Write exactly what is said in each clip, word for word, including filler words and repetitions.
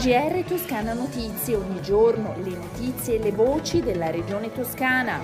G R Toscana Notizie, ogni giorno le notizie e le voci della regione toscana.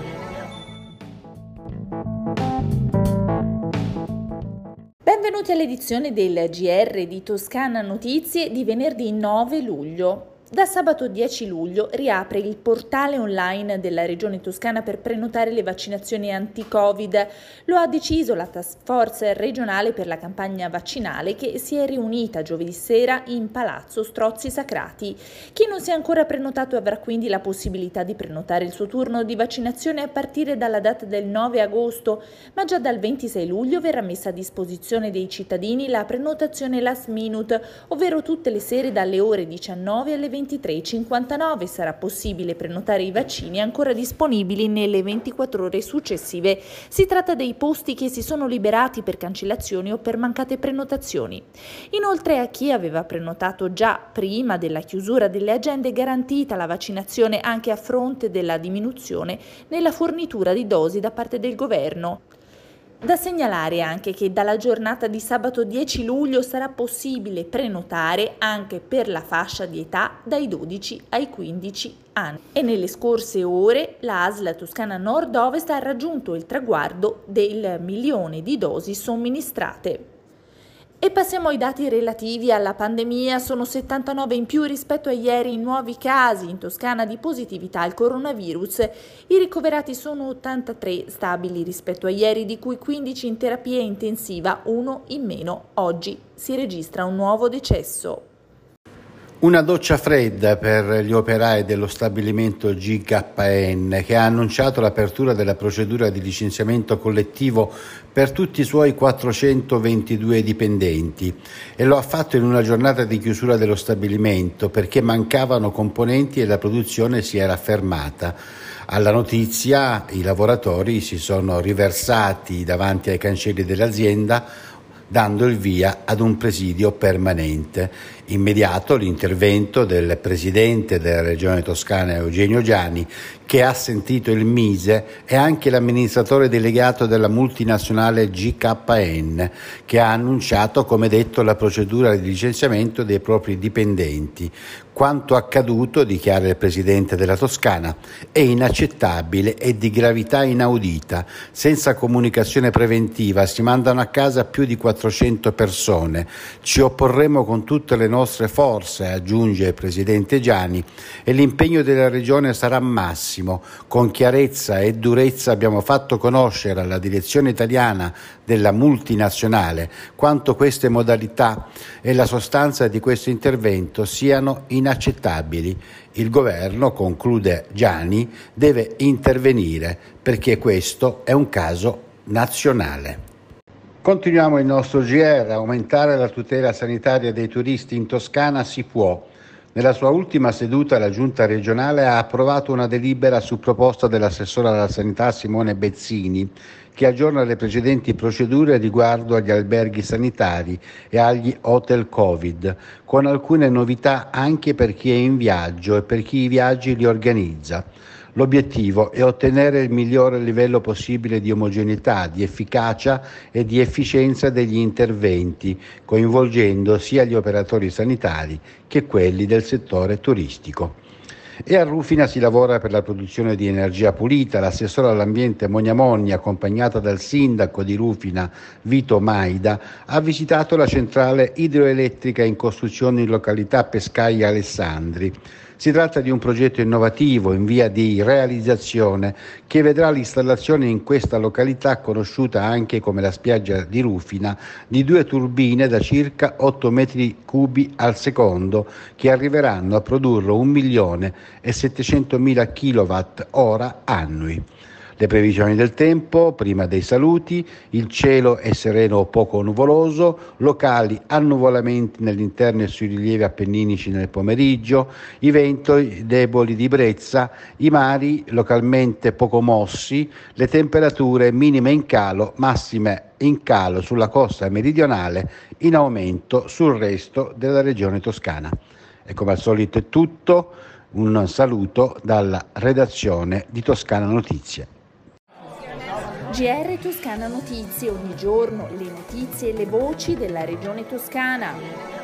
Benvenuti all'edizione del G R di Toscana Notizie di venerdì nove luglio. Da sabato dieci luglio riapre il portale online della Regione Toscana per prenotare le vaccinazioni anti-Covid. Lo ha deciso la Task Force regionale per la campagna vaccinale che si è riunita giovedì sera in Palazzo Strozzi Sacrati. Chi non si è ancora prenotato avrà quindi la possibilità di prenotare il suo turno di vaccinazione a partire dalla data del nove agosto, ma già dal ventisei luglio verrà messa a disposizione dei cittadini la prenotazione last minute, ovvero tutte le sere dalle ore diciannove alle ventitré e cinquantanove sarà possibile prenotare i vaccini ancora disponibili nelle ventiquattro ore successive. Si tratta dei posti che si sono liberati per cancellazioni o per mancate prenotazioni. Inoltre, a chi aveva prenotato già prima della chiusura delle agende è garantita la vaccinazione anche a fronte della diminuzione nella fornitura di dosi da parte del governo. Da segnalare anche che dalla giornata di sabato dieci luglio sarà possibile prenotare anche per la fascia di età dai dodici ai quindici anni e nelle scorse ore la A S L Toscana Nord-Ovest ha raggiunto il traguardo del milione di dosi somministrate. E passiamo ai dati relativi alla pandemia. Sono settantanove in più rispetto a ieri i nuovi casi in Toscana di positività al coronavirus. I ricoverati sono ottantatré, stabili rispetto a ieri, di cui quindici in terapia intensiva, uno in meno. Oggi si registra un nuovo decesso. Una doccia fredda per gli operai dello stabilimento G K N, che ha annunciato l'apertura della procedura di licenziamento collettivo per tutti i suoi quattrocentoventidue dipendenti, e lo ha fatto in una giornata di chiusura dello stabilimento perché mancavano componenti e la produzione si era fermata. Alla notizia i lavoratori si sono riversati davanti ai cancelli dell'azienda, dando il via ad un presidio permanente. Immediato l'intervento del presidente della Regione Toscana Eugenio Giani, che ha sentito il Mise, e anche l'amministratore delegato della multinazionale G K N, che ha annunciato, come detto, la procedura di licenziamento dei propri dipendenti. Quanto accaduto, dichiara il presidente della Toscana, è inaccettabile e di gravità inaudita. Senza comunicazione preventiva si mandano a casa più di quattrocento persone. Ci opporremo con tutte le nostre forze, aggiunge il presidente Giani, e l'impegno della Regione sarà massimo. Con chiarezza e durezza abbiamo fatto conoscere alla direzione italiana della multinazionale quanto queste modalità e la sostanza di questo intervento siano inaccettabili. Il governo, conclude Giani, deve intervenire perché questo è un caso nazionale. Continuiamo il nostro G R. Aumentare la tutela sanitaria dei turisti in Toscana si può. Nella sua ultima seduta la Giunta regionale ha approvato una delibera su proposta dell'assessore alla sanità Simone Bezzini, che aggiorna le precedenti procedure riguardo agli alberghi sanitari e agli hotel Covid, con alcune novità anche per chi è in viaggio e per chi i viaggi li organizza. L'obiettivo è ottenere il migliore livello possibile di omogeneità, di efficacia e di efficienza degli interventi, coinvolgendo sia gli operatori sanitari che quelli del settore turistico. E a Rufina si lavora per la produzione di energia pulita. L'assessore all'ambiente Monia Monni, accompagnata dal sindaco di Rufina Vito Maida, ha visitato la centrale idroelettrica in costruzione in località Pescaia Alessandri. Si tratta di un progetto innovativo in via di realizzazione che vedrà l'installazione in questa località, conosciuta anche come la spiaggia di Rufina, di due turbine da circa otto metri cubi al secondo che arriveranno a produrre un milione e settecentomila kilowatt ora annui. Le previsioni del tempo, prima dei saluti: il cielo è sereno o poco nuvoloso, locali annuvolamenti nell'interno e sui rilievi appenninici nel pomeriggio, i venti deboli di brezza, i mari localmente poco mossi, le temperature minime in calo, massime in calo sulla costa meridionale, in aumento sul resto della regione toscana. E come al solito è tutto, un saluto dalla redazione di Toscana Notizie. G R Toscana Notizie, ogni giorno le notizie e le voci della regione toscana.